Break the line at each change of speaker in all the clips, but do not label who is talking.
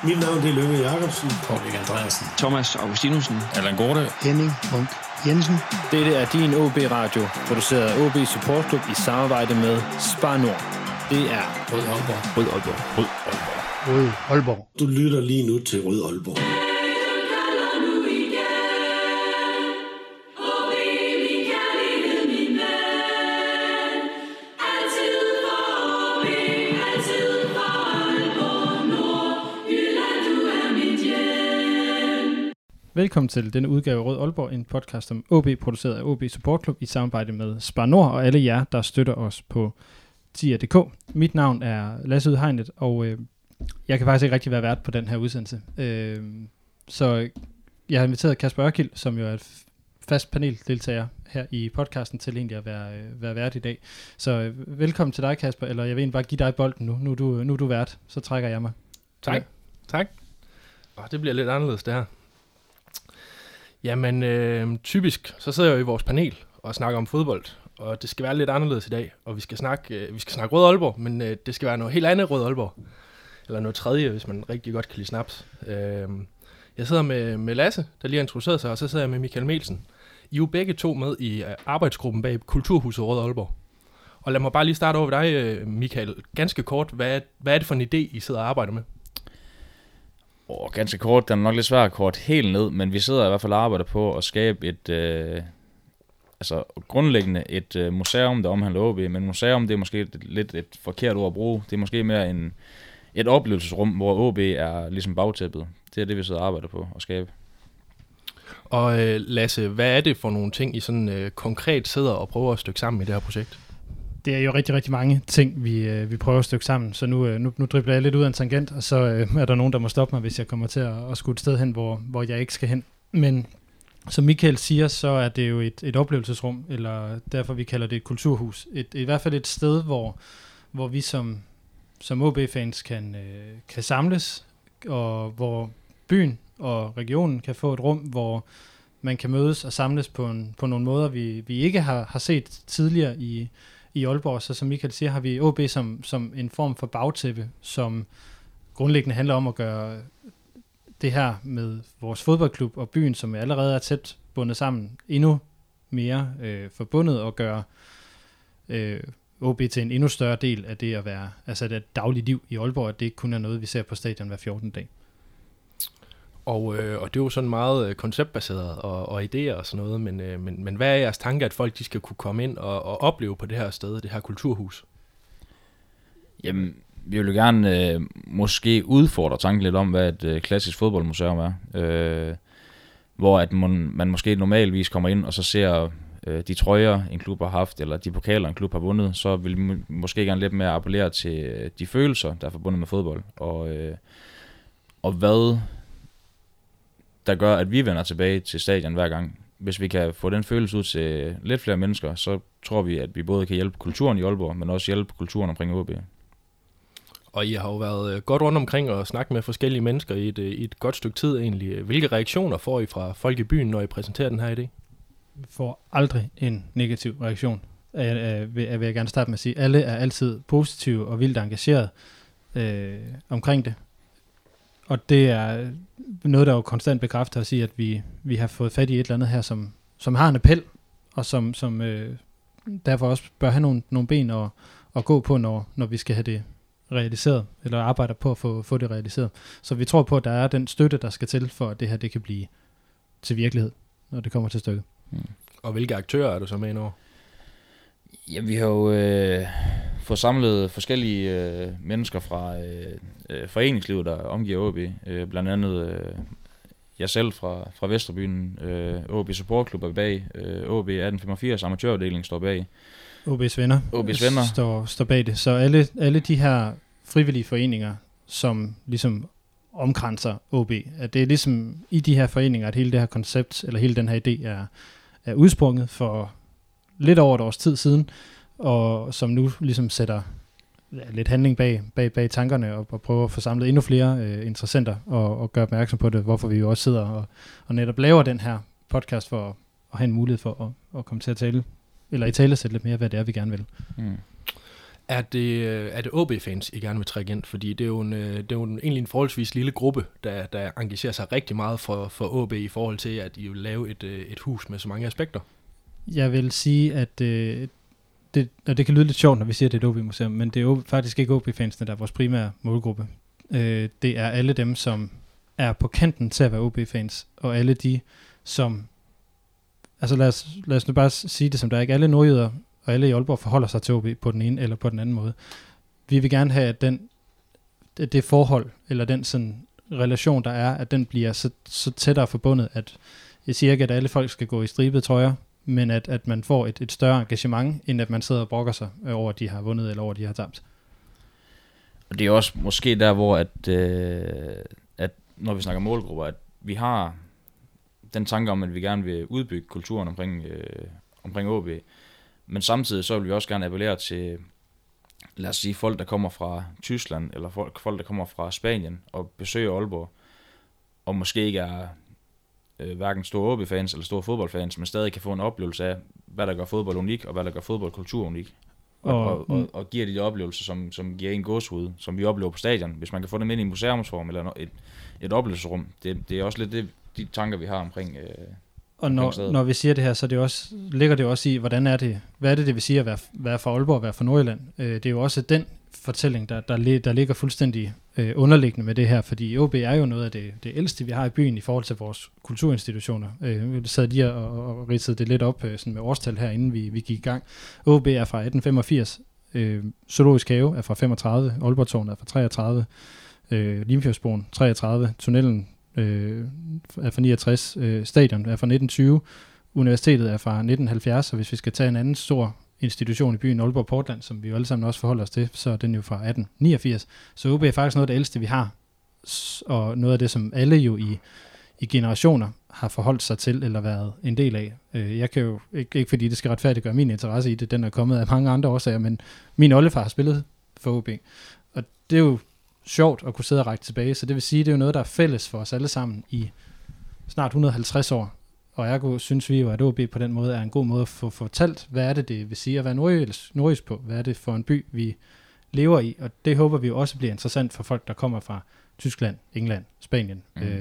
Mit navn er Lønge Jacobsen.
Paul Andreasen.
Thomas Augustinussen.
Allan Gorte.
Henning Munk Jensen.
Dette er din OB Radio, produceret af OB Support Club i samarbejde med Spar Nord. Det er
Rød Aalborg.
Rød Aalborg.
Rød Aalborg.
Rød Aalborg.
Du lytter lige nu til Rød Aalborg.
Velkommen til denne udgave af Rød Aalborg, en podcast om OB, produceret af OB Support Club i samarbejde med Spar Nord og alle jer, der støtter os på tier.dk. Mit navn er Lasse Udhegnet, og jeg kan faktisk ikke rigtig være vært på den her udsendelse. Så jeg har inviteret Kasper Ørkild, som jo er et fast paneldeltager her i podcasten, til egentlig at være vært i dag. Så velkommen til dig, Kasper, eller jeg vil egentlig bare give dig bolden nu. Nu er du vært, så trækker jeg mig.
Tak. Det bliver lidt anderledes det her. Jamen, typisk, så sidder jeg jo i vores panel og snakker om fodbold, og det skal være lidt anderledes i dag, og vi skal snakke Rød Aalborg, men det skal være noget helt andet Rød Aalborg, eller noget tredje, hvis man rigtig godt kan lide snaps. Jeg sidder med Lasse, der lige har introduceret sig, og så sidder jeg med Michael Melsen. I er jo begge to med i arbejdsgruppen bag Kulturhuset Rød Aalborg. Og lad mig bare lige starte over ved dig, Michael. Ganske kort, hvad er det for en idé, I sidder og arbejder med?
Ganske kort, den er nok lidt svært kort helt ned, men vi sidder i hvert fald og arbejder på at skabe et, grundlæggende et museum, der omhandler OB, men museum, det er måske lidt et forkert ord at bruge. Det er måske mere et oplevelsesrum, hvor OB er ligesom bagtæppet. Det er det, vi sidder og arbejder på at skabe.
Og Lasse, hvad er det for nogle ting, I sådan konkret sidder og prøver at stykke sammen i det her projekt?
Det er jo rigtig, rigtig mange ting, vi prøver at stykke sammen, så nu dribler jeg lidt ud af en tangent, og så er der nogen, der må stoppe mig, hvis jeg kommer til at skulle et sted hen, hvor jeg ikke skal hen. Men som Michael siger, så er det jo et oplevelsesrum, eller derfor vi kalder det et kulturhus. I hvert fald et sted, hvor vi som OB-fans kan samles, og hvor byen og regionen kan få et rum, hvor man kan mødes og samles på nogle måder, vi ikke har set tidligere i Aalborg. Så som Michael siger, har vi OB som en form for bagtæppe, som grundlæggende handler om at gøre det her med vores fodboldklub og byen, som allerede er tæt bundet sammen, endnu mere forbundet, og gøre OB til en endnu større del af det at være, altså det daglige liv i Aalborg, at det ikke kun er noget, vi ser på stadion hver 14. dag.
Og det er jo sådan meget konceptbaseret og idéer og sådan noget, men hvad er jeres tanke, at folk de skal kunne komme ind og opleve på det her sted, det her kulturhus?
Jamen, vi vil jo gerne måske udfordre tanken lidt om, hvad et klassisk fodboldmuseum er. Hvor at man måske normalvis kommer ind og så ser de trøjer, en klub har haft, eller de pokaler, en klub har vundet, så vil vi måske gerne lidt mere appellere til de følelser, der er forbundet med fodbold. Og hvad der gør, at vi vender tilbage til stadion hver gang. Hvis vi kan få den følelse ud til lidt flere mennesker, så tror vi, at vi både kan hjælpe kulturen i Aalborg, men også hjælpe kulturen omkring OB.
Og I har jo været godt rundt omkring og snakket med forskellige mennesker i et godt stykke tid egentlig. Hvilke reaktioner får I fra folk i byen, når I præsenterer den her idé?
Vi får aldrig en negativ reaktion, vil jeg gerne starte med at sige. Alle er altid positive og vildt engageret omkring det. Og det er noget, der jo konstant bekræfter at sige, at vi har fået fat i et eller andet her, som har en appel, og som derfor også bør have nogle ben at gå på, når vi skal have det realiseret, eller arbejder på at få det realiseret. Så vi tror på, at der er den støtte, der skal til, for at det her det kan blive til virkelighed, når det kommer til stykket.
Og hvilke aktører er du så med indover?
Ja, vi har jo fået samlet forskellige mennesker fra foreningslivet, der omgiver OB. Blandt andet jeg selv fra Vesterbyen. OB Support Club er bag. OB 1885 amatørafdeling står bag.
OB's venner står bag det. Så alle de her frivillige foreninger, som ligesom omkranser OB, at det er ligesom i de her foreninger, at hele det her koncept, eller hele den her idé er udsprunget for lidt over et års tid siden, og som nu ligesom sætter lidt handling bag tankerne, og prøver at få samlet endnu flere interessenter, og gøre opmærksom på det, hvorfor vi jo også sidder og netop laver den her podcast, for at have en mulighed for at komme til at tale, eller i tale sætte lidt mere, hvad det er, vi gerne vil.
Er det OB-fans, I gerne vil trække ind? Fordi det er jo egentlig en forholdsvis lille gruppe, der engagerer sig rigtig meget for OB i forhold til, at I vil lave et hus med så mange aspekter.
Jeg vil sige, at det kan lyde lidt sjovt, når vi siger, at det er et OB-museum, men det er faktisk ikke OB-fansene, der er vores primære målgruppe. Det er alle dem, som er på kanten til at være OB-fans, og alle de, som... Altså lad os nu bare sige det som der er. Ikke alle nordjyder og alle i Aalborg forholder sig til OB på den ene eller på den anden måde. Vi vil gerne have, at det forhold, eller den sådan relation, der er, at den bliver så tættere forbundet, at jeg siger ikke, at alle folk skal gå i stribede trøjer, men at man får et større engagement, end at man sidder og brokker sig over, at de har vundet, eller over, at de har tabt.
Og det er også måske der, hvor at når vi snakker målgrupper, at vi har den tanke om, at vi gerne vil udbygge kulturen omkring OB, men samtidig så vil vi også gerne appellere til, lad os sige, folk, der kommer fra Tyskland, eller folk, der kommer fra Spanien, og besøger Aalborg, og måske ikke er hverken store OB-fans eller store fodboldfans, men stadig kan få en oplevelse af, hvad der gør fodbold unik, og hvad der gør fodboldkultur unik. Og giver de oplevelser, som giver en gåsehud, som vi oplever på stadion. Hvis man kan få dem ind i en museumsform, eller et oplevelsesrum, det er også lidt de tanker, vi har omkring
og når vi siger det her, så ligger det også i, hvad er det vil sige at være fra Aalborg og være fra Nordjylland. Det er jo også den fortælling, der ligger fuldstændig underliggende med det her, fordi OB er jo noget af det ældste, vi har i byen i forhold til vores kulturinstitutioner. Vi sad lige og ridsede det lidt op sådan med årstal her, inden vi gik i gang. OB er fra 1885, Zoologisk Have er fra 35, Aalborg-tårnet er fra 33, Limfjordsbroen 33, tunnelen er fra 69, stadion er fra 1920, universitetet er fra 1970, og hvis vi skal tage en anden stor institution i byen, Aalborg Portland, som vi jo alle sammen også forholder os til, så er den jo fra 1889. Så OB er faktisk noget af det ældste, vi har, og noget af det, som alle jo i generationer har forholdt sig til, eller været en del af. Jeg kan jo, ikke fordi det skal retfærdiggøre min interesse i det, den er kommet af mange andre årsager, men min oldefar har spillet for OB, og det er jo sjovt at kunne sidde og række tilbage, så det vil sige, det er jo noget, der er fælles for os alle sammen i snart 150 år, og ergo synes vi jo, at OB på den måde er en god måde at få fortalt, hvad er det vil sige at være nordjysk på, hvad er det for en by, vi lever i, og det håber vi jo også bliver interessant for folk, der kommer fra Tyskland, England, Spanien,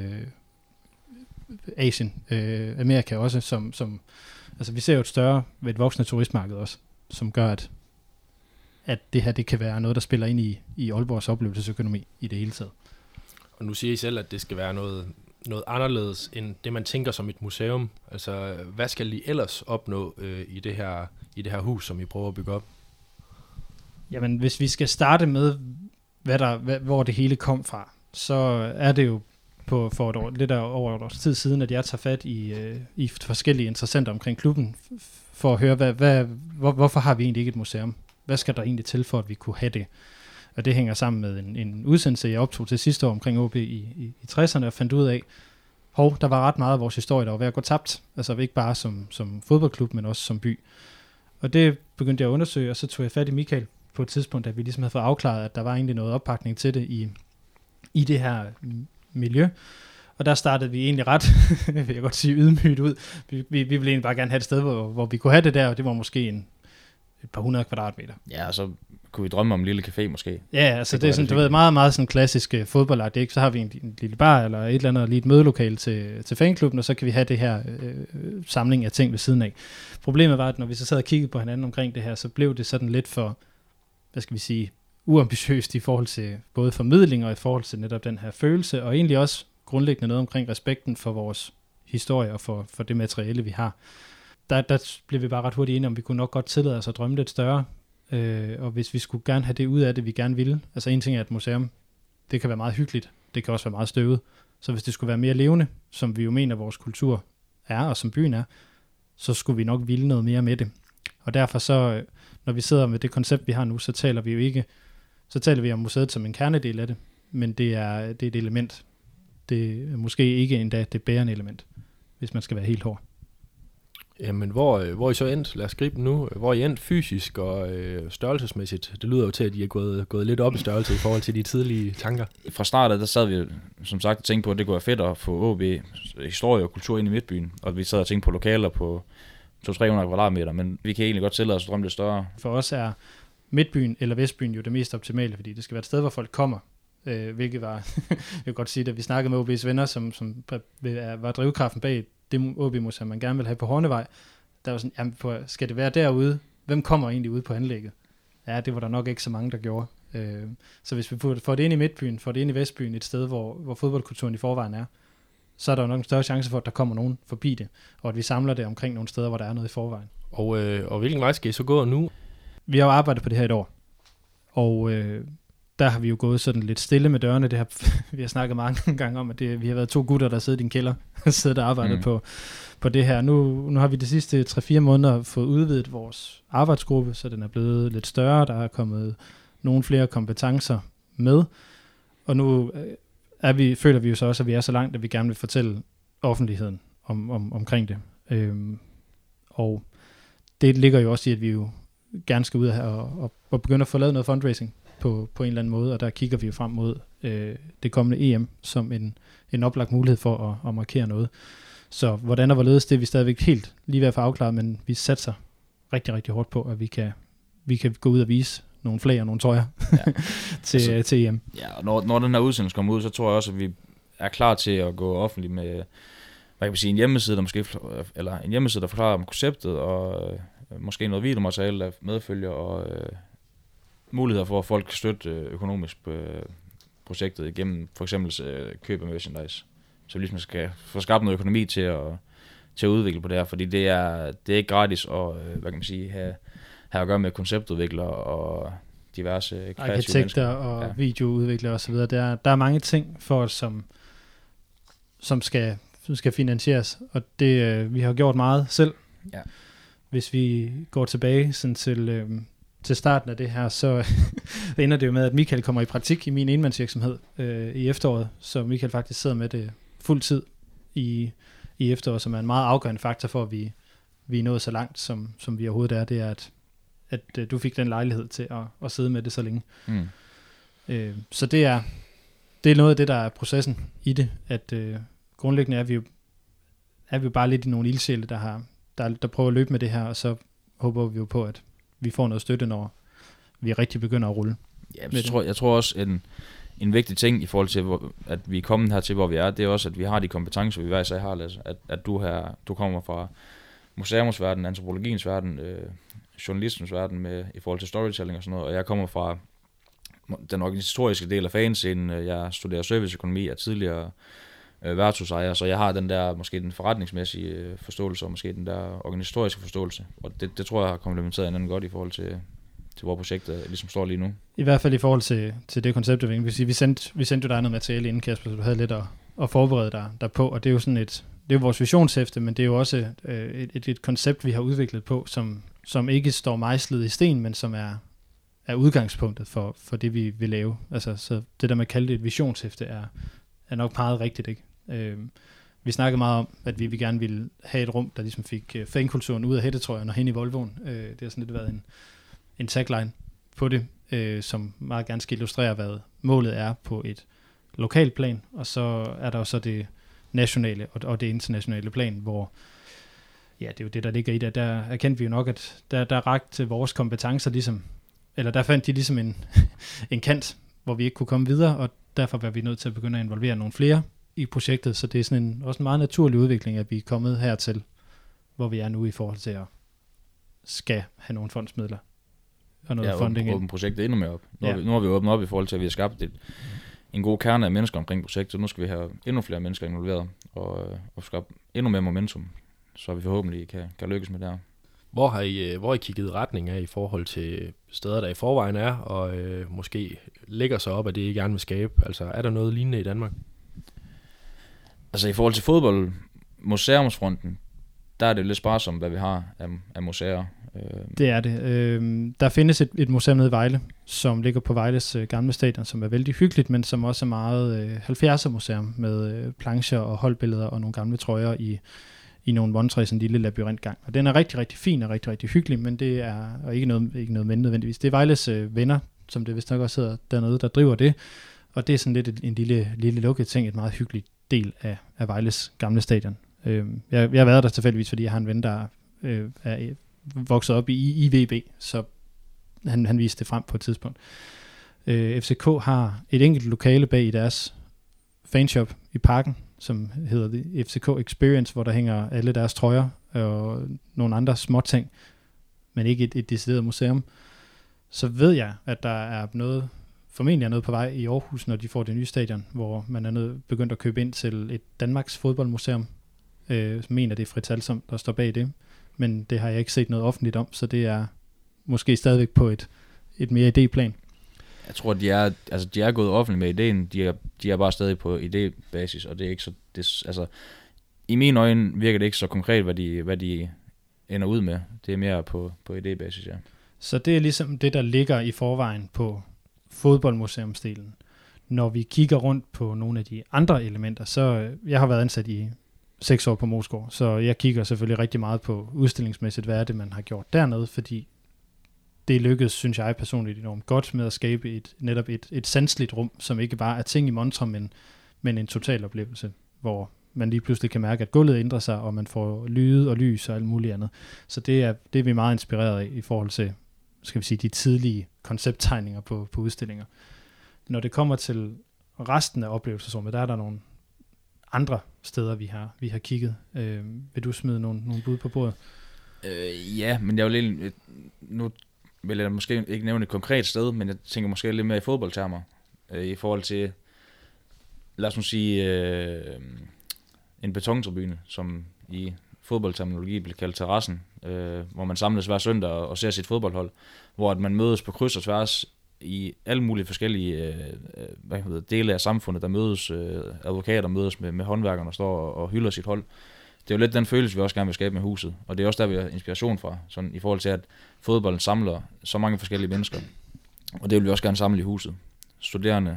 Asien, Amerika også, som altså vi ser jo et voksende turistmarked også, som gør, at det her, det kan være noget, der spiller ind i Aalborgs oplevelsesøkonomi i det hele taget.
Og nu siger I selv, at det skal være noget anderledes end det, man tænker som et museum. Altså, hvad skal I ellers opnå i det her hus, som I prøver at bygge op?
Jamen, hvis vi skal starte med, hvor det hele kom fra, så er det jo for lidt over et års tid siden, at jeg tager fat i forskellige interessenter omkring klubben, for at høre, hvorfor har vi egentlig ikke et museum? Hvad skal der egentlig til, for at vi kunne have det? Og det hænger sammen med en udsendelse, jeg optog til sidste år omkring OB i 60'erne, og fandt ud af, der var ret meget af vores historie, der var ved at gå tabt. Altså ikke bare som fodboldklub, men også som by. Og det begyndte jeg at undersøge, og så tog jeg fat i Michael på et tidspunkt, da vi ligesom havde fået afklaret, at der var egentlig noget oppakning til det i det her miljø. Og der startede vi egentlig ret, vil jeg godt sige, ydmygt ud. Vi ville egentlig bare gerne have et sted, hvor vi kunne have det der, og det var måske et par 100 kvadratmeter.
Ja, og så kunne vi drømme om en lille café måske.
Ja, altså det er sådan, du ved, meget, meget sådan klassisk fodboldagt, ikke? Så har vi en lille bar eller et eller andet, lige et mødelokale til fanklubben, og så kan vi have det her samling af ting ved siden af. Problemet var, at når vi så sad og kiggede på hinanden omkring det her, så blev det sådan lidt for, hvad skal vi sige, uambitiøst i forhold til både formidling og i forhold til netop den her følelse, og egentlig også grundlæggende noget omkring respekten for vores historie og for det materiale, vi har. Der blev vi bare ret hurtigt enige om, vi kunne nok godt tillade os at drømme lidt større, og hvis vi skulle gerne have det ud af det, vi gerne ville, altså en ting er et museum, det kan være meget hyggeligt, det kan også være meget støvet, så hvis det skulle være mere levende, som vi jo mener vores kultur er, og som byen er, så skulle vi nok ville noget mere med det. Og derfor så, når vi sidder med det koncept, vi har nu, så taler vi om museet som en kernedel af det, men det er et element. Det er måske ikke endda det bærende element, hvis man skal være helt hård.
Jamen, hvor er I så endt? Lad os gribe nu. Hvor er I endt fysisk og størrelsesmæssigt? Det lyder jo til, at I er gået lidt op i størrelse i forhold til de tidlige tanker.
Fra starten, der sad vi som sagt og tænkte på, at det kunne være fedt at få OB historie og kultur ind i midtbyen. Og vi sad og tænkte på lokaler på 200-300 kvadratmeter, men vi kan egentlig godt tillade os at drømme lidt større.
For os er Midtbyen eller Vestbyen jo det mest optimale, fordi det skal være et sted, hvor folk kommer. Hvilket var, jeg kan godt sige, at vi snakkede med OB's venner, som var drivkraften bag det OB-museum, man gerne vil have på Hornevej. Der var sådan, jamen, skal det være derude? Hvem kommer egentlig ude på anlægget? Ja, det var der nok ikke så mange, der gjorde. Så hvis vi får det ind i Midtbyen, får det ind i Vestbyen, et sted, hvor fodboldkulturen i forvejen er, så er der jo nok en større chance for, at der kommer nogen forbi det, og at vi samler det omkring nogle steder, hvor der er noget i forvejen.
Og hvilken vej skal I så gå nu?
Vi har jo arbejdet på det her et år, og der har vi jo gået sådan lidt stille med dørene. Vi har snakket mange gange om, at vi har været 2 gutter, der sidder i din kælder, sidder og arbejdet på det her. Nu har vi de sidste 3-4 måneder fået udvidet vores arbejdsgruppe, så den er blevet lidt større. Der er kommet nogle flere kompetencer med, og nu føler vi jo så også, at vi er så langt, at vi gerne vil fortælle offentligheden omkring det. Og det ligger jo også i, at vi jo gerne skal ud og begynde at få lavet noget fundraising på en eller anden måde, og der kigger vi jo frem mod det kommende EM som en oplagt mulighed for at markere noget. Så hvordan og hvorledes, det er vi stadigvæk helt lige ved at få afklaret, men vi satser rigtig, rigtig hårdt på, at vi kan gå ud og vise nogle flag og nogle trøjer til EM.
Ja, og når den her udsendelse kommer ud, så tror jeg også, at vi er klar til at gå offentligt med, hvad kan man sige, en hjemmeside, der forklarer om konceptet, og måske noget videomateriale, der medfølger, og muligheder for, at folk kan støtte økonomisk projektet igennem for eksempel køb af merchandise. Så ligesom skal få skabt noget økonomi til at udvikle på det her, fordi det er ikke gratis at, hvad kan man sige, have at gøre med konceptudviklere og diverse kreative
arkitekter
mennesker.
Og videoudviklere osv. Der er mange ting for os, som skal finansieres, og det vi har gjort meget selv.
Ja.
Hvis vi går tilbage sådan til starten af det her, så ender det jo med, at Michael kommer i praktik i min enmandsvirksomhed i efteråret, så Michael faktisk sidder med det fuld tid i efteråret, som er en meget afgørende faktor for, at vi er nået så langt, som vi overhovedet er. Det er, at du fik den lejlighed til at sidde med det så længe. Så det er noget af det, der er processen i det, at grundlæggende er vi jo bare lidt i nogle ildsjæle, der prøver at løbe med det her, og så håber vi jo på, at vi får noget støtte, når vi rigtig begynder at rulle.
Ja, jeg tror også, en vigtig ting i forhold til, at vi er kommet her til, hvor vi er, det er også, at vi har de kompetencer, vi hver især har, Lasse. At du kommer fra museumsverdenen, antropologiens verden, journalistens verden i forhold til storytelling og sådan noget, og jeg kommer fra den organisatoriske del af fanscenen. Jeg studerer serviceøkonomi, er tidligere værtshusejer, så jeg har måske den forretningsmæssige forståelse, og måske den der organisatoriske forståelse, og det tror jeg har komplementeret hinanden godt i forhold til hvor projektet ligesom står lige nu. I hvert fald i forhold til det koncept, vi sendte jo dig noget materiale inden, Kasper, så du havde lidt at forberede dig derpå, og det er jo sådan det er jo vores visionshæfte, men det er jo også et koncept, vi har udviklet på, som ikke står mejslet i sten, men som er udgangspunktet for det, vi vil lave. Altså, så det der med at kalde det et visionshæfte er nok meget rigtigt, ikke? Vi snakkede meget om, at vi gerne ville have et rum, der ligesom fik fankulturen ud af hættetrøjen og hen i Volvoen. Det har sådan lidt været en tagline på det, som meget gerne skal illustrere, hvad målet er på et lokalt plan, og så er der jo så det nationale og det internationale plan, hvor ja, det er jo det, der ligger i det. Der erkendte vi jo nok, at der rakte vores kompetencer ligesom, eller der fandt de ligesom en kant, hvor vi ikke kunne komme videre, og derfor var vi nødt til at begynde at involvere nogle flere i projektet, så det er sådan også en meget naturlig udvikling, at vi er kommet hertil, hvor vi er nu i forhold til at skal have nogle fondsmidler og noget funding. Ja, åbne projektet endnu mere op. Nu har vi åbnet op i forhold til, at vi har skabt en god kerne af mennesker omkring projektet. Nu skal vi have endnu flere mennesker involveret og skabe endnu mere momentum, så vi forhåbentlig kan lykkes med det her.
Hvor har I kigget retning af i forhold til steder, der i forvejen er, og måske lægger sig op af det, I gerne vil skabe? Altså, er der noget lignende i Danmark?
Altså, i forhold til fodbold, museumsfronten, der er det lidt sparsomt, hvad vi har af museer.
Det er det. Der findes et museum nede i Vejle, som ligger på Vejles gamle stadion, som er vældig hyggeligt, men som også er meget 70'er museum med plancher og holdbilleder og nogle gamle trøjer i nogle montrer, sådan en lille labyrintgang. Og den er rigtig, rigtig fin og rigtig, rigtig hyggelig, men det er ikke noget men nødvendigvis. Det er Vejles venner, som det vist nok også hedder dernede, der driver det. Og det er sådan lidt en lille lukket ting, et meget hyggeligt del af Vejles gamle stadion. Jeg har været der tilfældigvis, fordi jeg har en ven, der er vokset op i IVB, så han viste det frem på et tidspunkt. FCK har et enkelt lokale bag i deres fanshop i Parken, som hedder The FCK Experience, hvor der hænger alle deres trøjer og nogle andre småting, men ikke et decideret museum. Så ved jeg, at der er formentlig er noget på vej i Aarhus, når de får det nye stadion, hvor man er begyndt at købe ind til et Danmarks fodboldmuseum. Mener det er Fritz Alsom, der står bag det, men det har jeg ikke set noget offentligt om, så det er måske stadigvæk på et mere idéplan.
Jeg tror, de er gået offentligt med ideen. De er bare stadig på idébasis, og det er ikke så... i mine øjne virker det ikke så konkret, hvad de ender ud med. Det er mere på idébasis, ja.
Så det er ligesom det, der ligger i forvejen på fodboldmuseumsdelen. Når vi kigger rundt på nogle af de andre elementer, så jeg har været ansat i 6 år på Moesgaard, så jeg kigger selvfølgelig rigtig meget på udstillingsmæssigt, hvad er det, man har gjort dernede, fordi det lykkedes, synes jeg personligt, enormt godt med at skabe netop et sanseligt rum, som ikke bare er ting i montre, men en total oplevelse, hvor man lige pludselig kan mærke, at gulvet ændrer sig, og man får lyde og lys og alt muligt andet. Så det er vi meget inspireret af i forhold til, skal vi sige, de tidlige koncepttegninger på udstillinger. Når det kommer til resten af oplevelsesrummet, der er der nogle andre steder, vi har kigget. Vil du smide nogle bud på bordet?
Ja, men jeg nu vil jeg måske ikke nævne et konkret sted, men jeg tænker måske lidt mere i fodboldtermer. I forhold til, lad os nu sige, en betontribune, som i fodboldterminologi bliver kaldt terrassen, hvor man samles hver søndag og ser sit fodboldhold, hvor at man mødes på kryds og tværs i alle mulige forskellige dele af samfundet, der mødes, advokater mødes med håndværkerne, der står og hylder sit hold. Det er jo lidt den følelse, vi også gerne vil skabe med huset, og det er også der, vi har inspiration fra, sådan i forhold til, at fodbolden samler så mange forskellige mennesker, og det vil vi også gerne samle i huset. Studerende,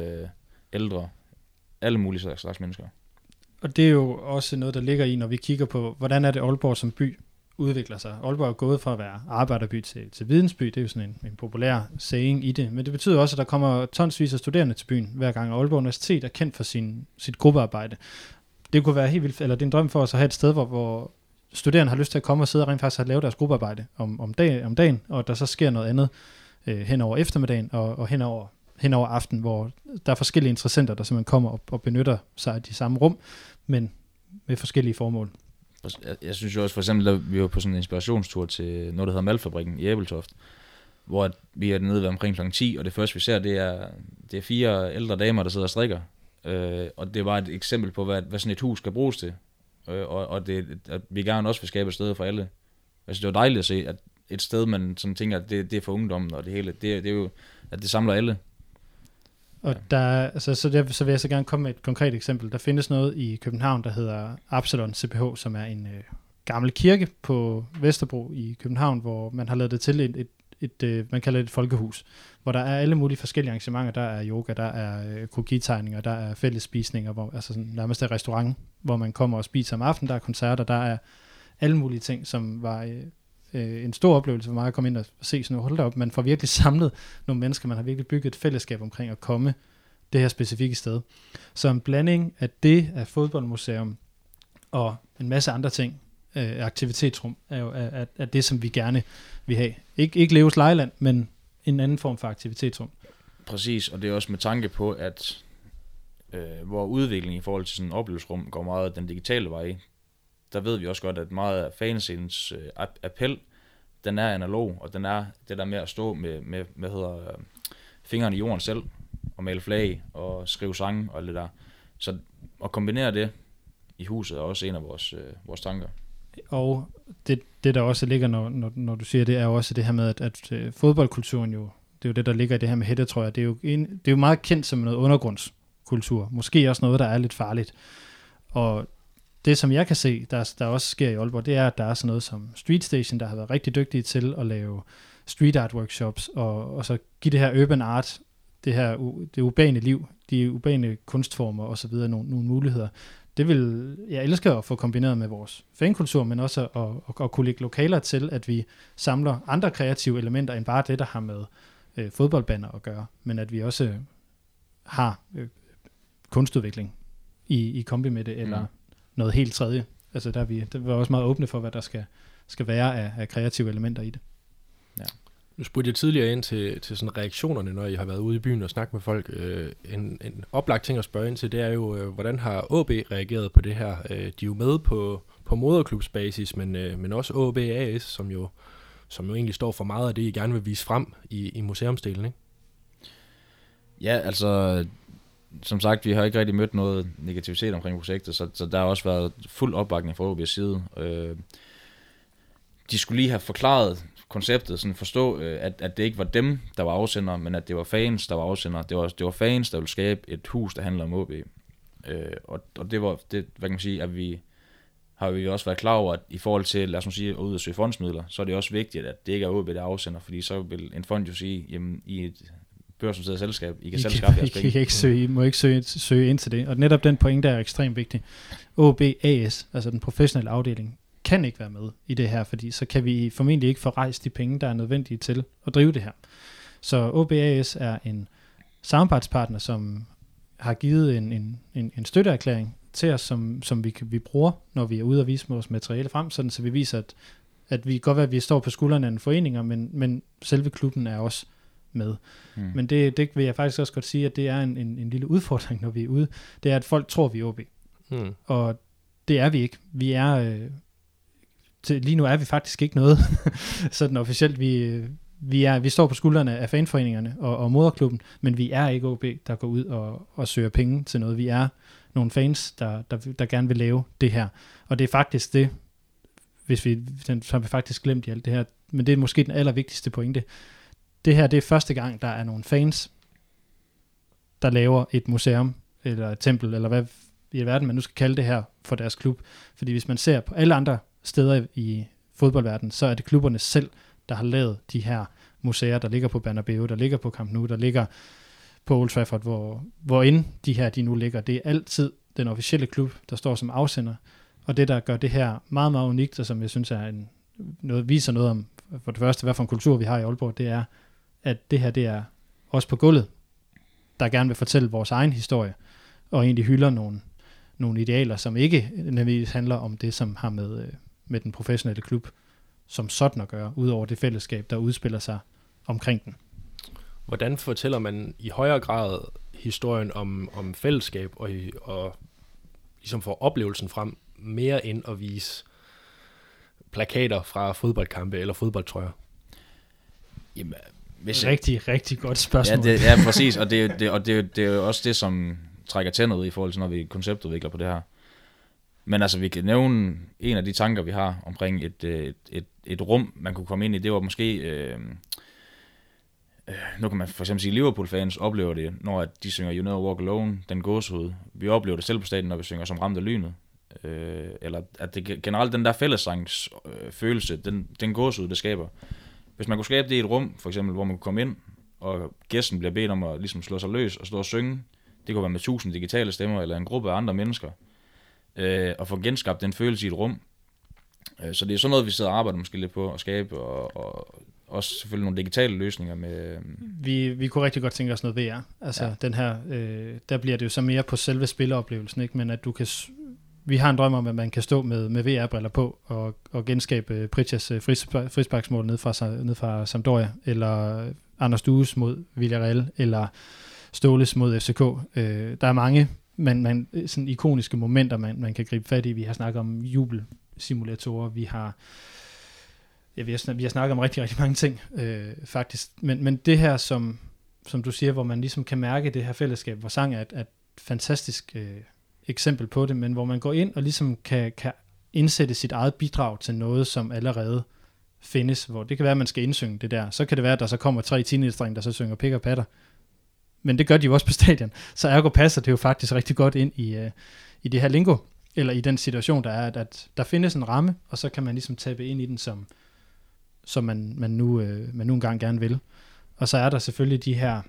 ældre, alle mulige slags mennesker. Og
det er jo også noget, der ligger i, når vi kigger på, hvordan er det Aalborg som by udvikler sig. Aalborg er gået fra at være arbejderby til vidensby, det er jo sådan en populær saying i det, men det betyder også, at der kommer tonsvis af studerende til byen hver gang, og Aalborg Universitet er kendt for sit gruppearbejde. Det kunne være helt vildt, eller det er en drøm for os at have et sted, hvor studerende har lyst til at komme og sidde og rent faktisk at lave deres gruppearbejde om dagen, og der så sker noget andet hen over eftermiddagen og hen over aften, hvor der er forskellige interessenter, der simpelthen kommer og benytter sig af de samme rum, men med forskellige formål.
Jeg synes jo også for eksempel, at vi var på sådan en inspirationstur til noget, der hedder Malfabrikken i Ebeltoft, hvor vi er nede ved omkring kl. 10, og det første vi ser, det er 4 ældre damer, der sidder og strikker. Og det var et eksempel på, hvad sådan et hus skal bruges til. Og at vi gerne også vil skabe et sted for alle. Altså det var dejligt at se, at et sted, man sådan tænker, at det er for ungdommen, og det hele, det er jo, at det samler alle.
Og så vil jeg så gerne komme med et konkret eksempel. Der findes noget i København, der hedder Absalon CPH, som er en gammel kirke på Vesterbro i København, hvor man har lavet det til man kalder det et folkehus, hvor der er alle mulige forskellige arrangementer. Der er yoga, der er krokitegninger, der er fællesspisninger, altså sådan, nærmest er restaurant, hvor man kommer og spiser om aftenen, der er koncerter, der er alle mulige ting, som var en stor oplevelse for mig at komme ind og se sådan noget. Hold da op, man får virkelig samlet nogle mennesker, man har virkelig bygget et fællesskab omkring at komme det her specifikke sted. Så en blanding af det af fodboldmuseum og en masse andre ting, aktivitetsrum, er jo er det, som vi gerne vil have. Ikke Leos Lejeland, men en anden form for aktivitetsrum.
Præcis, og det er også med tanke på, at hvor udviklingen i forhold til sådan en oplevelsesrum går meget den digitale vej. Der ved vi også godt, at meget af fanscenens appel, den er analog, og den er det der med at stå med fingrene i jorden selv, og male flag, og skrive sange og alt det der. Så at kombinere det i huset er også en af vores tanker.
Og det der også ligger, når du siger det, er jo også det her med, at fodboldkulturen jo, det er jo det, der ligger i det her med hættetrøjer. Det er jo meget kendt som noget undergrundskultur. Måske også noget, der er lidt farligt. Og det, som jeg kan se, der også sker i Aalborg, det er, at der er sådan noget som Street Station, der har været rigtig dygtige til at lave street art workshops, og så give det her urban art, det urbane liv, de urbane kunstformer og så videre, nogle muligheder. Det vil jeg elsker at få kombineret med vores fankultur, men også at kunne lægge lokaler til, at vi samler andre kreative elementer, end bare det, der har med fodboldbaner at gøre, men at vi også har kunstudvikling i kombi med det, eller noget helt tredje. Altså der var også meget åbne for, hvad der skal være af kreative elementer i det.
Ja.
Nu spurgte jeg tidligere ind til sådan reaktionerne, når I har været ude i byen og snakket med folk. En oplagt ting at spørge ind til, det er jo, hvordan har AB reageret på det her? De er jo med på moderklubsbasis, men også AB AS, som jo egentlig står for meget af det, I gerne vil vise frem i museumsdelen, ikke?
Ja, altså, som sagt, vi har ikke rigtig mødt noget negativitet omkring projektet, så der har også været fuld opbakning fra AB's side. De skulle lige have forklaret konceptet, sådan forstå, at det ikke var dem, der var afsender, men at det var fans, der var afsender. Det var fans, der ville skabe et hus, der handler om AB. Og det var, hvad kan man sige, at vi har også været klar over, at i forhold til, lad os nu sige, at ud og søge fondsmidler, så er det også vigtigt, at det ikke er AB, der afsender, fordi så vil en fond jo sige, jamen, i et børsnoteret selskab, I kan selv skaffe jeres penge.
I må ikke søge ind til det, og netop den pointe er ekstremt vigtig. AB AS, altså den professionelle afdeling, kan ikke være med i det her, fordi så kan vi formentlig ikke få rejst de penge, der er nødvendige til at drive det her. Så AB AS er en samarbejdspartner, som har givet en støtteerklæring til os, som vi bruger, når vi er ude og vise vores materiale frem, sådan så vi viser, at vi godt ved, at vi står på skuldrene af en foreninger, men selve klubben er også med. Men det vil jeg faktisk også godt sige, at det er en lille udfordring, når vi er ude. Det er, at folk tror, vi er AB. Og det er vi ikke. Vi er... lige nu er vi faktisk ikke noget. Sådan officielt, vi står på skuldrene af fanforeningerne og moderklubben, men vi er ikke AB, der går ud og søger penge til noget. Vi er nogle fans, der gerne vil lave det her. Og det er faktisk det, så har vi faktisk glemt i alt det her, men det er måske den allervigtigste pointe. Det her, det er første gang, der er nogle fans, der laver et museum, eller et tempel, eller hvad i verden man nu skal kalde det her for deres klub. Fordi hvis man ser på alle andre steder i fodboldverdenen, så er det klubberne selv, der har lavet de her museer, der ligger på Bernabeu, der ligger på Camp Nou, der ligger på Old Trafford, hvor end de nu ligger. Det er altid den officielle klub, der står som afsender. Og det, der gør det her meget, meget unikt, og som jeg synes er viser noget om, for det første, hvad for en kultur vi har i Aalborg, det er, at det her, det er også på gulvet, der gerne vil fortælle vores egen historie, og egentlig hylder nogle idealer, som ikke nødvendigvis handler om det, som har med den professionelle klub som sådan at gøre, udover det fællesskab, der udspiller sig omkring den.
Hvordan fortæller man i højere grad historien om fællesskab og ligesom får oplevelsen frem, mere end at vise plakater fra fodboldkampe eller fodboldtrøjer?
Jamen,
rigtig, rigtig godt spørgsmål.
Ja, præcis, og det er jo også det, som trækker tænder ud i forhold til, når vi konceptudvikler på det her. Men altså, vi kan nævne en af de tanker, vi har omkring et rum, man kunne komme ind i. Det var måske, nu kan man for eksempel sige, Liverpool-fans oplever det, når de synger You Never Walk Alone, den gåsehud. Vi oplever det selv på stadion, når vi synger Som Ramt af Lynet. Eller at det generelt den der fællessangs følelse, den gåsehud, det skaber. Hvis man kunne skabe det i et rum, for eksempel, hvor man kunne komme ind, og gæsten bliver bedt om at ligesom slå sig løs og stå og synge, det kunne være med 1000 digitale stemmer, eller en gruppe af andre mennesker, og få genskabt den følelse i et rum. Så det er sådan noget, vi sidder og arbejder måske lidt på at skabe, og også selvfølgelig nogle digitale løsninger med... Vi
kunne rigtig godt tænke os noget VR. Altså ja. Den her, der bliver det jo så mere på selve spilleoplevelsen, ikke? Men at du kan... Vi har en drøm om, at man kan stå med VR-briller på og genskabe Pritjas frisparksmål ned fra Sampdoria, eller Anders Dues mod Villarreal, eller Ståles mod FCK. Der er mange sådan ikoniske momenter, man kan gribe fat i. Vi har snakket om jubelsimulatorer, vi har snakket om rigtig, rigtig mange ting, faktisk. Men det her, som du siger, hvor man ligesom kan mærke det her fællesskab, hvor sang er et fantastisk eksempel på det, men hvor man går ind og ligesom kan indsætte sit eget bidrag til noget, som allerede findes, hvor det kan være, at man skal indsynge det der. Så kan det være, at der så kommer 3 teenage-drenge, der så synger pik og patter. Men det gør de jo også på stadion. Så ergo passer det jo faktisk rigtig godt ind i det her lingo, eller i den situation, der er, at der findes en ramme, og så kan man ligesom tabe ind i den, som man nu engang gerne vil. Og så er der selvfølgelig de her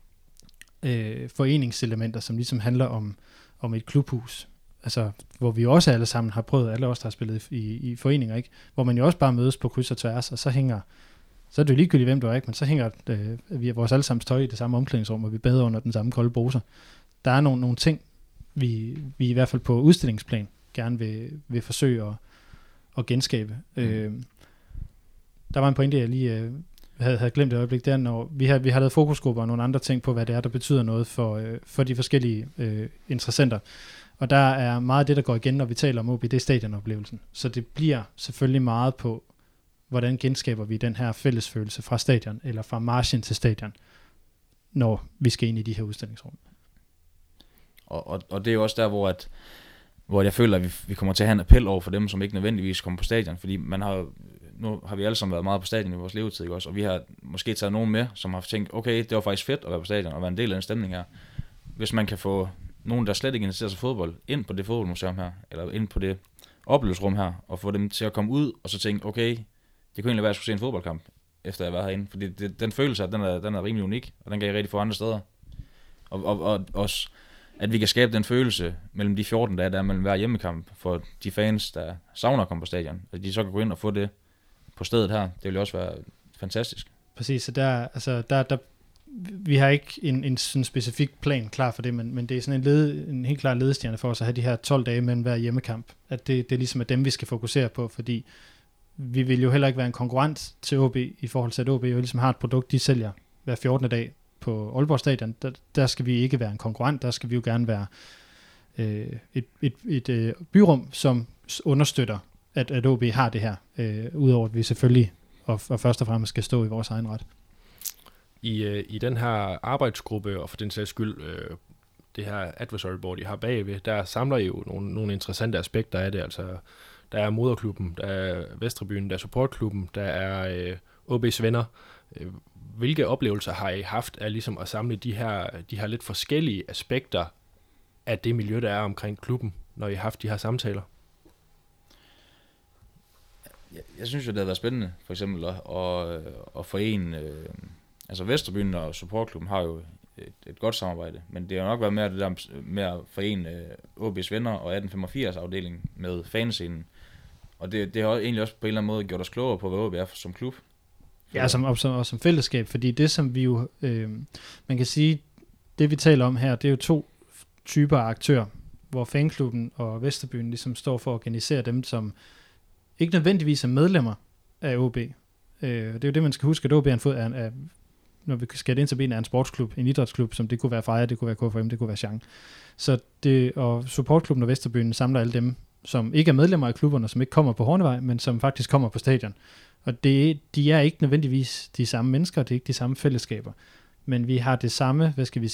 foreningselementer, som ligesom handler om et klubhus, altså hvor vi også alle sammen har prøvet, alle os, der har spillet i foreninger, ikke? Hvor man jo også bare mødes på kryds og tværs, og så er det jo ligegyldigt, hvem du er, ikke? Men så hænger vi vores allesammens tøj i det samme omklædningsrum, og vi bader under den samme kolde bruser. Der er nogle ting, vi i hvert fald på udstillingsplan gerne vil forsøge at genskabe. Der var en pointe, jeg lige havde glemt et øjeblik, det er, når vi har lavet fokusgrupper og nogle andre ting på, hvad det er, der betyder noget for de forskellige interessenter. Og der er meget af det, der går igen, når vi taler om OB, det er stadionoplevelsen. Så det bliver selvfølgelig meget på, hvordan genskaber vi den her fællesfølelse fra stadion, eller fra marchen til stadion, når vi skal ind i de her udstillingsrum.
Og det er jo også der, hvor jeg føler, at vi kommer til at have en appel over for dem, som ikke nødvendigvis kommer på stadion, fordi nu har vi alle sammen været meget på stadion i vores levetid, ikke også? Og vi har måske taget nogen med, som har tænkt, okay, det var faktisk fedt at være på stadion og være en del af den stemning her. Hvis man kan få nogen, der slet ikke interesserer sig fodbold, ind på det fodboldmuseum her, eller ind på det oplevelsesrum her, og få dem til at komme ud, og så tænke, okay, det kunne egentlig være, at jeg skulle se en fodboldkamp, efter jeg var herinde. Fordi den følelse, den er rimelig unik, og den kan jeg rigtig få andre steder. Og også, at vi kan skabe den følelse mellem de 14 dage, der er mellem hver hjemmekamp, for de fans, der savner at komme på stadion. At de så kan gå ind og få det på stedet her. Det vil også være fantastisk.
Præcis, så der vi har ikke en sådan specifik plan klar for det, men det er sådan en helt klar ledestjerne for os at have de her 12 dage mellem hver hjemmekamp. At det ligesom er dem, vi skal fokusere på, fordi vi vil jo heller ikke være en konkurrent til OB i forhold til, at OB jo ligesom har et produkt, de sælger hver 14. dag på Aalborg Stadion. Der skal vi ikke være en konkurrent, der skal vi jo gerne være et byrum, som understøtter, at OB har det her, udover at vi selvfølgelig og først og fremmest skal stå i vores egen ret.
I den her arbejdsgruppe, og for den sags skyld, det her advisory board, I har bagved, der samler I jo nogle interessante aspekter af det. Altså, der er moderklubben, der er Vestrebyen, der er supportklubben, der er OB's venner. Hvilke oplevelser har I haft af ligesom at samle de her lidt forskellige aspekter af det miljø, der er omkring klubben, når I har haft de her samtaler?
Jeg synes jo, det har været spændende, for eksempel at forene. Altså Vesterbyen og supportklubben har jo et godt samarbejde, men det har nok været mere det der med at forene OB's venner og 1885 afdelingen med fanscenen. Og det har egentlig også på en eller anden måde gjort os klogere på, hvad OB er som klub.
Ja, som fællesskab, fordi det som vi jo, man kan sige, det vi taler om her, det er jo to typer af aktører, hvor fanklubben og Vesterbyen ligesom står for at organisere dem, som ikke nødvendigvis er medlemmer af OB. Det er jo det, man skal huske, at OB er når vi skal ind til ben, er en sportsklub, en idrætsklub, som det kunne være Freja, det kunne være KFM, det kunne være Chang. Så og supportklubben og Vesterbyen samler alle dem, som ikke er medlemmer af klubberne, som ikke kommer på Hornevej, men som faktisk kommer på stadion. Og de er ikke nødvendigvis de samme mennesker, det er ikke de samme fællesskaber. Men vi har det samme,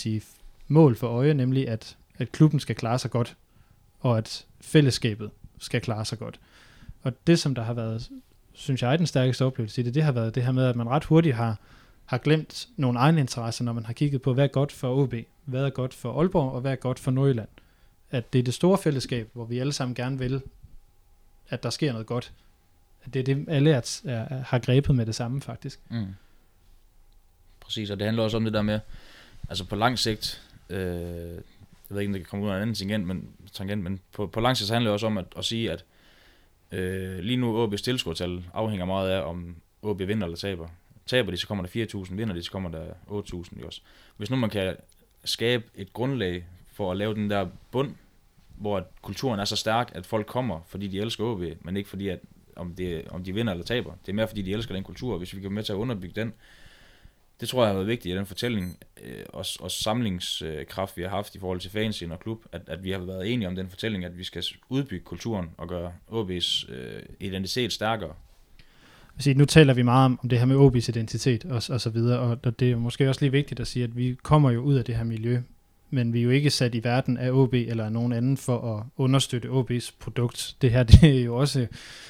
mål for øje, nemlig at klubben skal klare sig godt, og at fællesskabet skal klare sig godt. Og det, som der har været, synes jeg, den stærkeste oplevelse i det har været det her med, at man ret hurtigt har glemt nogle egne interesser, når man har kigget på, hvad er godt for OB, hvad er godt for Aalborg, og hvad er godt for Nordjylland. At det er det store fællesskab, hvor vi alle sammen gerne vil, at der sker noget godt. At det er det, alle har grebet med det samme, faktisk.
Mm. Præcis, og det handler også om det der med, altså på lang sigt, jeg ved ikke, om det kan komme ud af en anden tangent, men på lang sigt handler det også om at sige, at lige nu OB's tilskuertal afhænger meget af, om OB vinder eller taber. Taber de, så kommer der 4.000, vinder de, så kommer der 8.000 også. Hvis nu man kan skabe et grundlag for at lave den der bund, hvor kulturen er så stærk, at folk kommer, fordi de elsker OB, men ikke fordi, at om de vinder eller taber. Det er mere, fordi de elsker den kultur, og hvis vi kan med til at underbygge den, det tror jeg har været vigtigt i den fortælling, og samlingskraft, vi har haft i forhold til fansen og klub, at vi har været enige om den fortælling, at vi skal udbygge kulturen og gøre OB's identitet stærkere.
Nu taler vi meget om det her med OB's identitet og så videre, og det er måske også lige vigtigt at sige, at vi kommer jo ud af det her miljø, men vi er jo ikke sat i verden af OB eller af nogen anden for at understøtte OB's produkt. Det her, det er jo også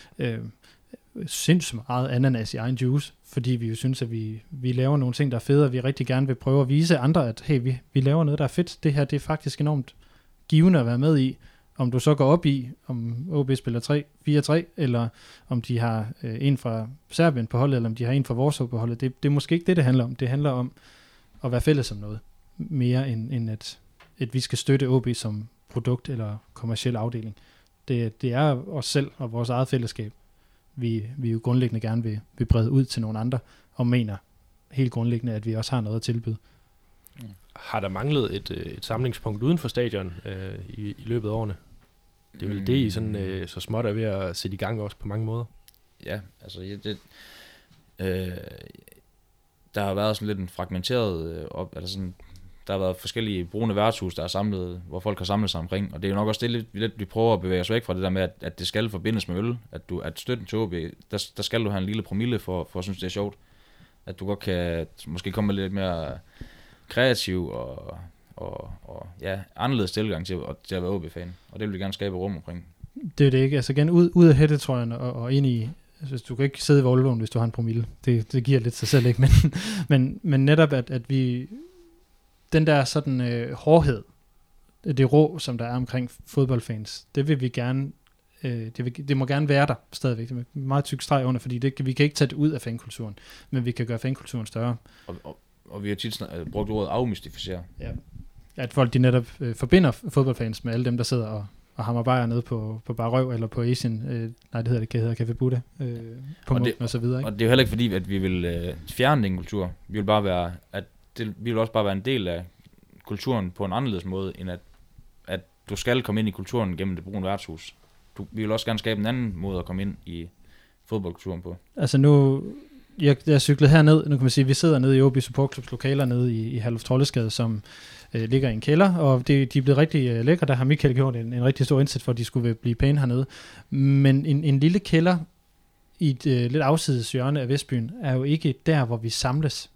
sindssygt meget ananas i egen juice, fordi vi jo synes, at vi laver nogle ting, der er fede, og vi rigtig gerne vil prøve at vise andre, at hey, vi laver noget, der er fedt. Det her, det er faktisk enormt givende at være med i. Om du så går op i, om OB spiller 4-3, eller om de har en fra Serbien på holdet, eller om de har en fra vores på holdet, det er måske ikke det handler om. Det handler om at være fælles om noget, mere end at vi skal støtte OB som produkt eller kommerciel afdeling. Det er os selv og vores eget fællesskab, vi jo grundlæggende gerne vil brede ud til nogle andre, og mener helt grundlæggende, at vi også har noget at tilbyde.
Har der manglet et samlingspunkt uden for stadion i løbet af årene? Det er vel det, I sådan, så småt er ved at sætte i gang også på mange måder.
Ja, altså der har været sådan lidt en fragmenteret der har været forskellige brune værtshus, der er samlet, hvor folk har samlet sig omkring, og det er jo nok også det lidt, vi prøver at bevæge os væk fra det der med, at det skal forbindes med øl, at støtten til OB, der skal du have en lille promille for at synes, det er sjovt, at du godt kan måske komme med lidt mere kreativ og anderledes tilgang til at være OB-fan, og det vil vi gerne skabe rum omkring.
Det er det ikke, altså igen ud af hættetrøjen og ind i, altså, du kan ikke sidde i Volvoen, hvis du har en promille, det giver lidt sig selv, ikke, men netop at vi, den der sådan hårdhed, det rå, som der er omkring fodboldfans, det vil vi gerne, det må gerne være der stadigvæk. Det er meget tyk streg under, fordi vi kan ikke tage det ud af fankulturen, men vi kan gøre fankulturen større.
Og vi har tit brugt ordet afmystificere.
Ja. At folk de netop forbinder fodboldfans med alle dem, der sidder og hammer bajer nede på Bar Røv eller på Asian, det hedder Café Buddha, og så videre. Ikke?
Og det er jo heller ikke fordi, at vi vil fjerne den kultur. Vi vil bare være, vi vil også bare være en del af kulturen på en anderledes måde, end at du skal komme ind i kulturen gennem det brune værtshus. Vi vil også gerne skabe en anden måde at komme ind i fodboldkulturen på.
Altså nu, jeg cyklede herned, nu kan man sige, at vi sidder nede i OB Support Clubs lokaler nede i Herluf Trollesgade, som ligger i en kælder, og de er blevet rigtig lækre. Der har Michael gjort en rigtig stor indsats for, at de skulle blive pæne hernede. Men en lille kælder i et lidt afsides hjørne af Vestbyen er jo ikke der, hvor vi samles.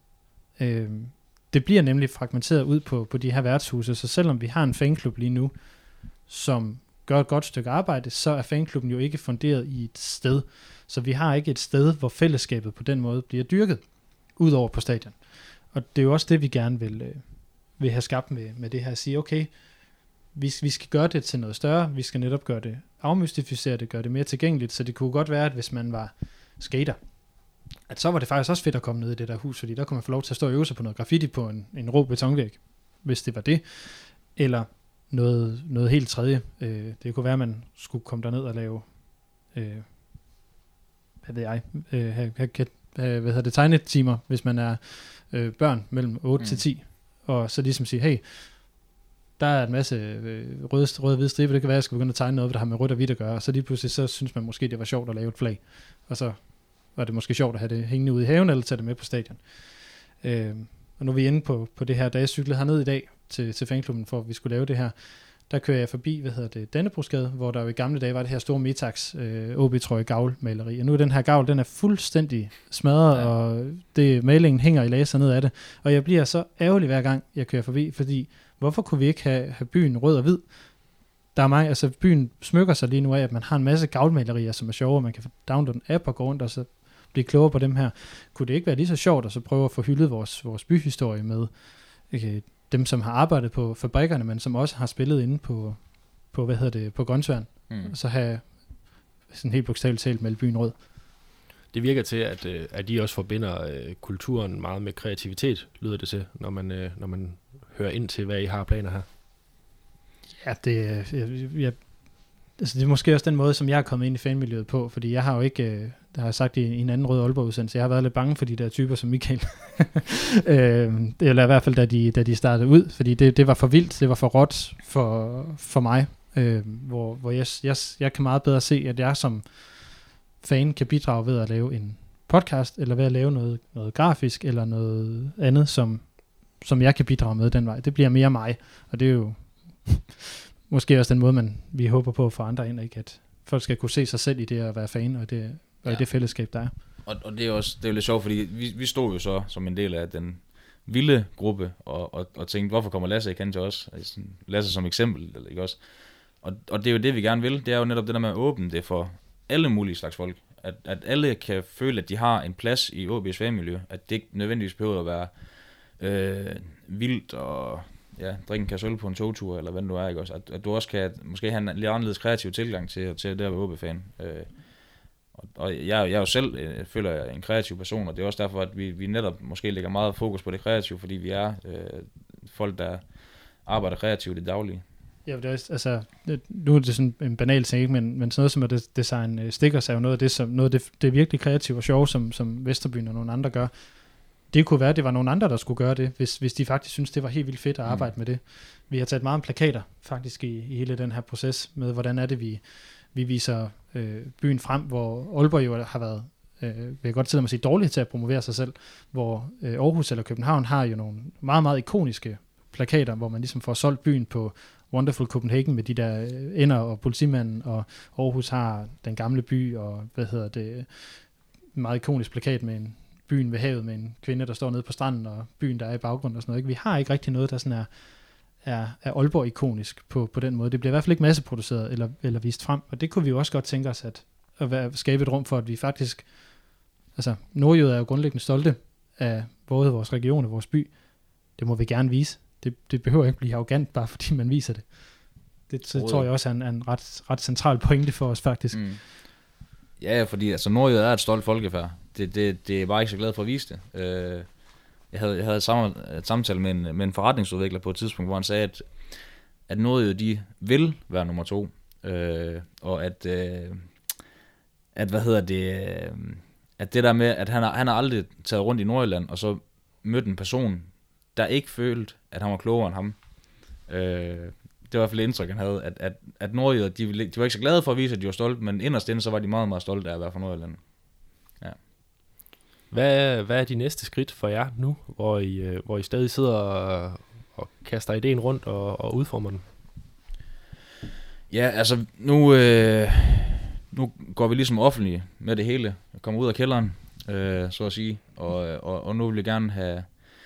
Det bliver nemlig fragmenteret ud på de her værtshuse, så selvom vi har en fanklub lige nu, som gør et godt stykke arbejde, så er fanklubben jo ikke funderet i et sted. Så vi har ikke et sted, hvor fællesskabet på den måde bliver dyrket, udover på stadion. Og det er jo også det, vi gerne vil have skabt med det her. At sige, okay, vi skal gøre det til noget større, vi skal netop gøre det, afmystificere det, gøre det mere tilgængeligt, så det kunne godt være, at hvis man var skater, at så var det faktisk også fedt at komme ned i det der hus, fordi der kunne man få lov til at stå og øve sig på noget graffiti på en rå betonvæg, hvis det var det, eller noget helt tredje. Det kunne være, at man skulle komme derned og lave, tegnetimer, hvis man er børn mellem 8 til 10, og så ligesom sige, hey, der er en masse røde hvide striber, det kan være, at jeg skal begynde at tegne noget, der har med rødt og hvidt at gøre, og så lige pludselig, så synes man måske, det var sjovt at lave et flag, og så var det måske sjovt at have det hængende ude i haven, eller tage det med på stadion. Og nu er vi inde på det her, da jeg cyklede herned i dag til fanklubben, for at vi skulle lave det her, der kører jeg forbi, Dannebrogsgade, hvor der jo i gamle dage var det her store Metax OB-trøje gavlmaleri, og nu er den her gavl, den er fuldstændig smadret, ja. Og malingen hænger i laser ned af det, og jeg bliver så ærgerlig hver gang, jeg kører forbi, fordi hvorfor kunne vi ikke have byen rød og hvid? Der er mange, altså byen smykker sig lige nu af, at man har en masse gavlmalerier, som er sjove, og man kan downloade en app og gå rundt og så blive klogere på dem her. Kunne det ikke være lige så sjovt at så prøve at få hyldet vores byhistorie med dem, som har arbejdet på fabrikkerne, men som også har spillet inde på Grønsværen, og så have sådan helt bogstaveligt talt med byen rød.
Det virker til, at de også forbinder kulturen meget med kreativitet, lyder det til, når man hører ind til, hvad I har planer her.
Ja, det er måske også den måde, som jeg er kommet ind i fanmiljøet på, fordi jeg har jo ikke, der har jeg sagt i en anden Røde Aalborg-udsendelse, jeg har været lidt bange for de der typer som Michael. Eller i hvert fald, da de startede ud, fordi det var for vildt, det var for råt for mig, hvor jeg kan meget bedre se, at jeg som fan kan bidrage ved at lave en podcast, eller ved at lave noget grafisk, eller noget andet, som jeg kan bidrage med den vej. Det bliver mere mig, og det er jo måske også den måde, vi håber på at få andre ind, ikke? At folk skal kunne se sig selv i det at være fan, og i det fællesskab, der er. Og det er jo lidt sjovt, fordi vi stod jo så som en del af den vilde gruppe, og tænkte, hvorfor kommer Lasse ikke hen til os? Lasse som eksempel, ikke også? Og det er jo det, vi gerne vil. Det er jo netop det der med at åbne det for alle mulige slags folk. At alle kan føle, at de har en plads i OB's fanmiljø. At det ikke nødvendigvis behøver at være vildt og drikke en kasse øl på en togtur, eller hvad det nu er, ikke også? At du også kan måske have en lidt anderledes kreativ tilgang til det at være OB-fan. Og jeg jo selv føler, jeg er en kreativ person, og det er også derfor, at vi netop måske lægger meget fokus på det kreative, fordi vi er folk, der arbejder kreativt i det daglige. Ja, det er, altså, nu er det sådan en banal ting, men sådan noget som at design stickers er jo noget af det er virkelig kreativt og sjovt, som Vesterbyen og nogle andre gør. Det kunne være, at det var nogle andre, der skulle gøre det, hvis de faktisk synes, det var helt vildt fedt at arbejde med det. Vi har taget meget om plakater faktisk i hele den her proces med, hvordan er det, vi viser byen frem, hvor Aalborg jo har været vil jeg godt tillade mig at sige, dårlige til at promovere sig selv, hvor Aarhus eller København har jo nogle meget, meget ikoniske plakater, hvor man ligesom får solgt byen på Wonderful Copenhagen med de der ender og politimanden, og Aarhus har den gamle by, og en meget ikonisk plakat med en byen ved havet med en kvinde, der står nede på stranden, og byen, der er i baggrunden og sådan noget. Ikke? Vi har ikke rigtig noget, der sådan er Aalborg-ikonisk på den måde. Det bliver i hvert fald ikke masseproduceret eller vist frem, og det kunne vi jo også godt tænke os at skabe et rum for, at vi faktisk, altså nordjyder er jo grundlæggende stolte af både vores region og vores by. Det må vi gerne vise. Det behøver ikke blive arrogant, bare fordi man viser det. Det tror jeg også er en ret central pointe for os faktisk.
Mm. Ja, fordi altså Nordjylland er et stolt folkefærd. Det er bare ikke så glad for at vise det. Jeg havde et samtale med en forretningsudvikler på et tidspunkt, hvor han sagde, at Nordjylland, de vil være nummer 2. Og at det der med, at han har aldrig taget rundt i Nordjylland, og så mødt en person, der ikke følte, at han var klogere end ham. Det var i hvert fald indtryk, han havde, at Nordjylland, de var ikke så glade for at vise, at de var stolte, men inderst inde, så var de meget, meget stolte af at være fra Nordjylland. Ja.
Hvad er de næste skridt for jer nu, hvor I stadig sidder og kaster ideen rundt og udformer den?
Ja, altså nu går vi ligesom offentlige med det hele. Jeg kommer ud af kælderen, så at sige, og nu vil jeg gerne have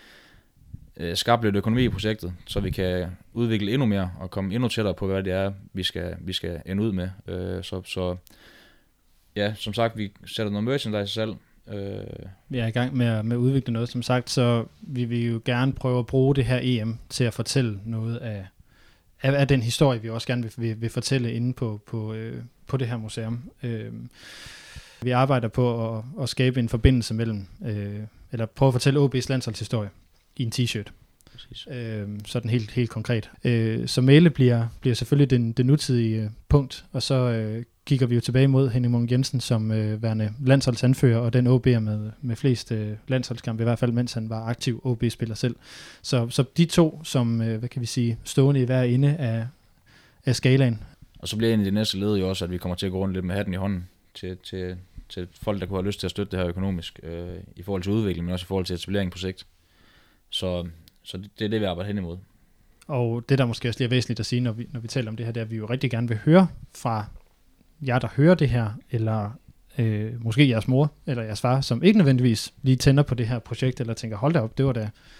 skabt lidt økonomi i projektet, så vi kan udvikle endnu mere og komme endnu tættere på, hvad det er, vi skal ende ud med. Så ja, som sagt, vi sætter noget merchandise selv.
Vi er i gang med at udvikle noget, som sagt, så vi vil jo gerne prøve at bruge det her EM til at fortælle noget af den historie, vi også gerne vil fortælle inde på det her museum. Vi arbejder på at skabe en forbindelse mellem, eller prøve at fortælle OB's landsholdshistorie i en t-shirt. Sådan helt konkret. Så Mæle bliver selvfølgelig det nutidige punkt, og så kigger vi jo tilbage mod Henning Munk Jensen som værende landsholdsanfører, og den OB'er med flest landsholdskampe, i hvert fald mens han var aktiv OB-spiller selv. Så de to, som stående i hver ende af skalaen.
Og så bliver en af de næste led jo også, at vi kommer til at gå rundt lidt med hatten i hånden til folk, der kunne have lyst til at støtte det her økonomisk, i forhold til udvikling, men også i forhold til etablering på sigt. Så det er det, vi arbejder hen imod.
Og det, der måske også lige er væsentligt at sige, når vi taler om det her, det er, at vi jo rigtig gerne vil høre fra jer, der hører det her, eller måske jeres mor, eller jeres far, som ikke nødvendigvis lige tænder på det her projekt, eller tænker, hold da op, det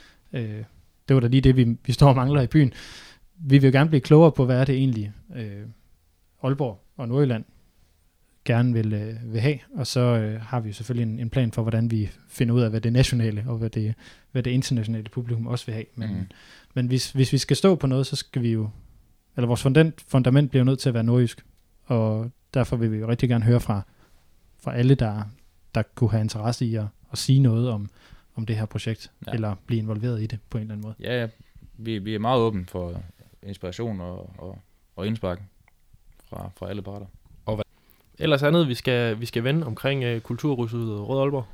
var da lige det, vi står og mangler i byen. Vi vil jo gerne blive klogere på, hvad er det egentlig, Aalborg og Nordjylland gerne vil have, og så har vi jo selvfølgelig en plan for, hvordan vi finder ud af, hvad det nationale og hvad det internationale publikum også vil have. Men hvis vi skal stå på noget, så skal vi jo, eller vores fundament bliver jo nødt til at være nordjysk, og derfor vil vi jo rigtig gerne høre fra alle, der kunne have interesse i at sige noget om det her projekt, eller blive involveret i det på en eller anden måde.
Ja. Vi er meget åbne for inspiration og indspark fra alle parter.
Ellers andet, vi skal vende omkring kulturhuset Rød Aalborg?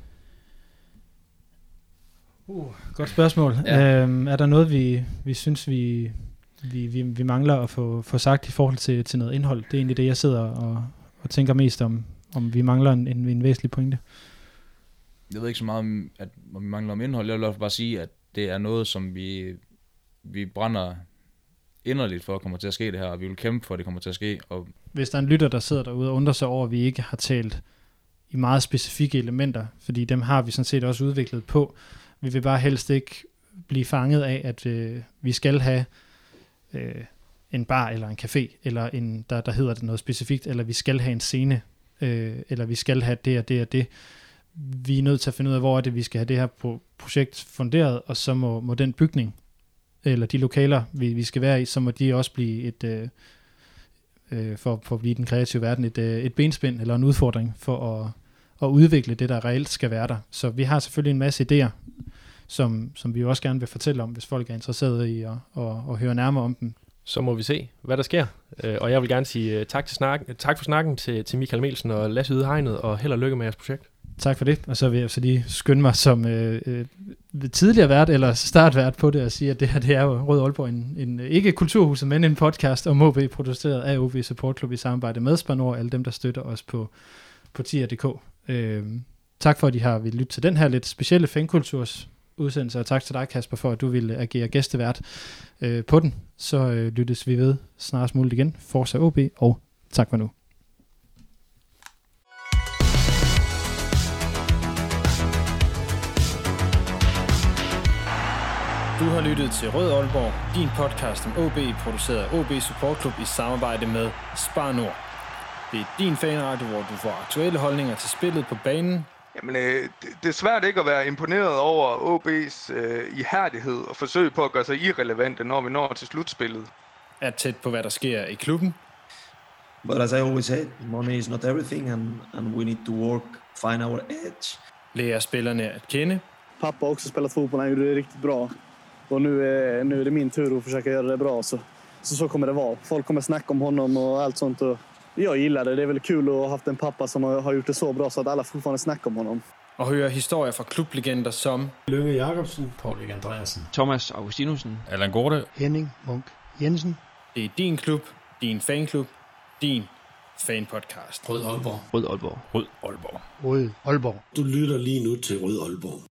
Godt spørgsmål. Ja. Er der noget, vi synes, vi mangler at få sagt i forhold til noget indhold? Det er egentlig det, jeg sidder og tænker mest om vi mangler en væsentlig pointe.
Jeg ved ikke så meget om, at vi mangler om indhold. Jeg vil bare sige, at det er noget, som vi brænder inderligt for at komme til at ske det her, og vi vil kæmpe for, at det kommer til at ske. Og
hvis der er en lytter, der sidder derude og undrer sig over, at vi ikke har talt i meget specifikke elementer, fordi dem har vi sådan set også udviklet på. Vi vil bare helst ikke blive fanget af, at vi skal have en bar eller en café, eller der hedder det noget specifikt, eller vi skal have en scene, eller vi skal have det og det og det. Vi er nødt til at finde ud af, hvor er det, vi skal have det her projekt funderet, og så må den bygning, eller de lokaler, vi skal være i, så må de også blive for at blive den kreative verden, et benspænd eller en udfordring for at udvikle det, der reelt skal være der. Så vi har selvfølgelig en masse idéer, som vi jo også gerne vil fortælle om, hvis folk er interesserede i at høre nærmere om dem.
Så må vi se, hvad der sker. Og jeg vil gerne sige tak for snakken til Michael Melsen og Lasse Ydehegnet, og held og lykke med jeres projekt.
Tak for det, og så vil jeg så lige skynde mig som tidligere vært eller startvært på det og sige, at det her det er jo Rød Aalborg, en ikke kulturhuset, men en podcast om OB, produceret af OB Support Club i samarbejde med Spar Nord, alle dem, der støtter os på tier.dk. tak for, at I har ville lytte til den her lidt specielle fankulturs udsendelse, og tak til dig, Kasper, for at du ville agere gæstevært på den. Så lyttes vi ved snarest muligt igen. Forza OB, og tak for nu.
Du har lyttet til Rød Aalborg, din podcast om OB, produceret af OB Support Club i samarbejde med Spar Nord. Det er din fanradio, hvor du får aktuelle holdninger til spillet på banen.
Jamen, det er svært ikke at være imponeret over OB's ihærdighed og forsøg på at gøre sig irrelevante, når vi når til slutspillet.
Er tæt på, hvad der sker i klubben.
But as I always said, money is not everything, and we need to work, find our edge.
Lærer spillerne at kende.
Pappa har också spelat fotboll, han gjorde det riktigt bra. Och nu är det min tur att försöka göra det bra. Så kommer det vara. Folk kommer snacka om honom och allt sånt. Och jag gillar det. Det är väl kul att ha haft en pappa som har gjort det så bra så att alla fortfarande snackar om honom.
Og høre historier fra klublegender som
Lønge Jacobsen,
Paul Andreasen,
Thomas Augustinussen,
Allan Gorte,
Henning Munk Jensen.
det er din klub, din fanklub, din fanpodcast.
Rød Aalborg.
Rød Aalborg.
Rød Aalborg.
Rød Aalborg.
du lytter lige nu til Rød Aalborg.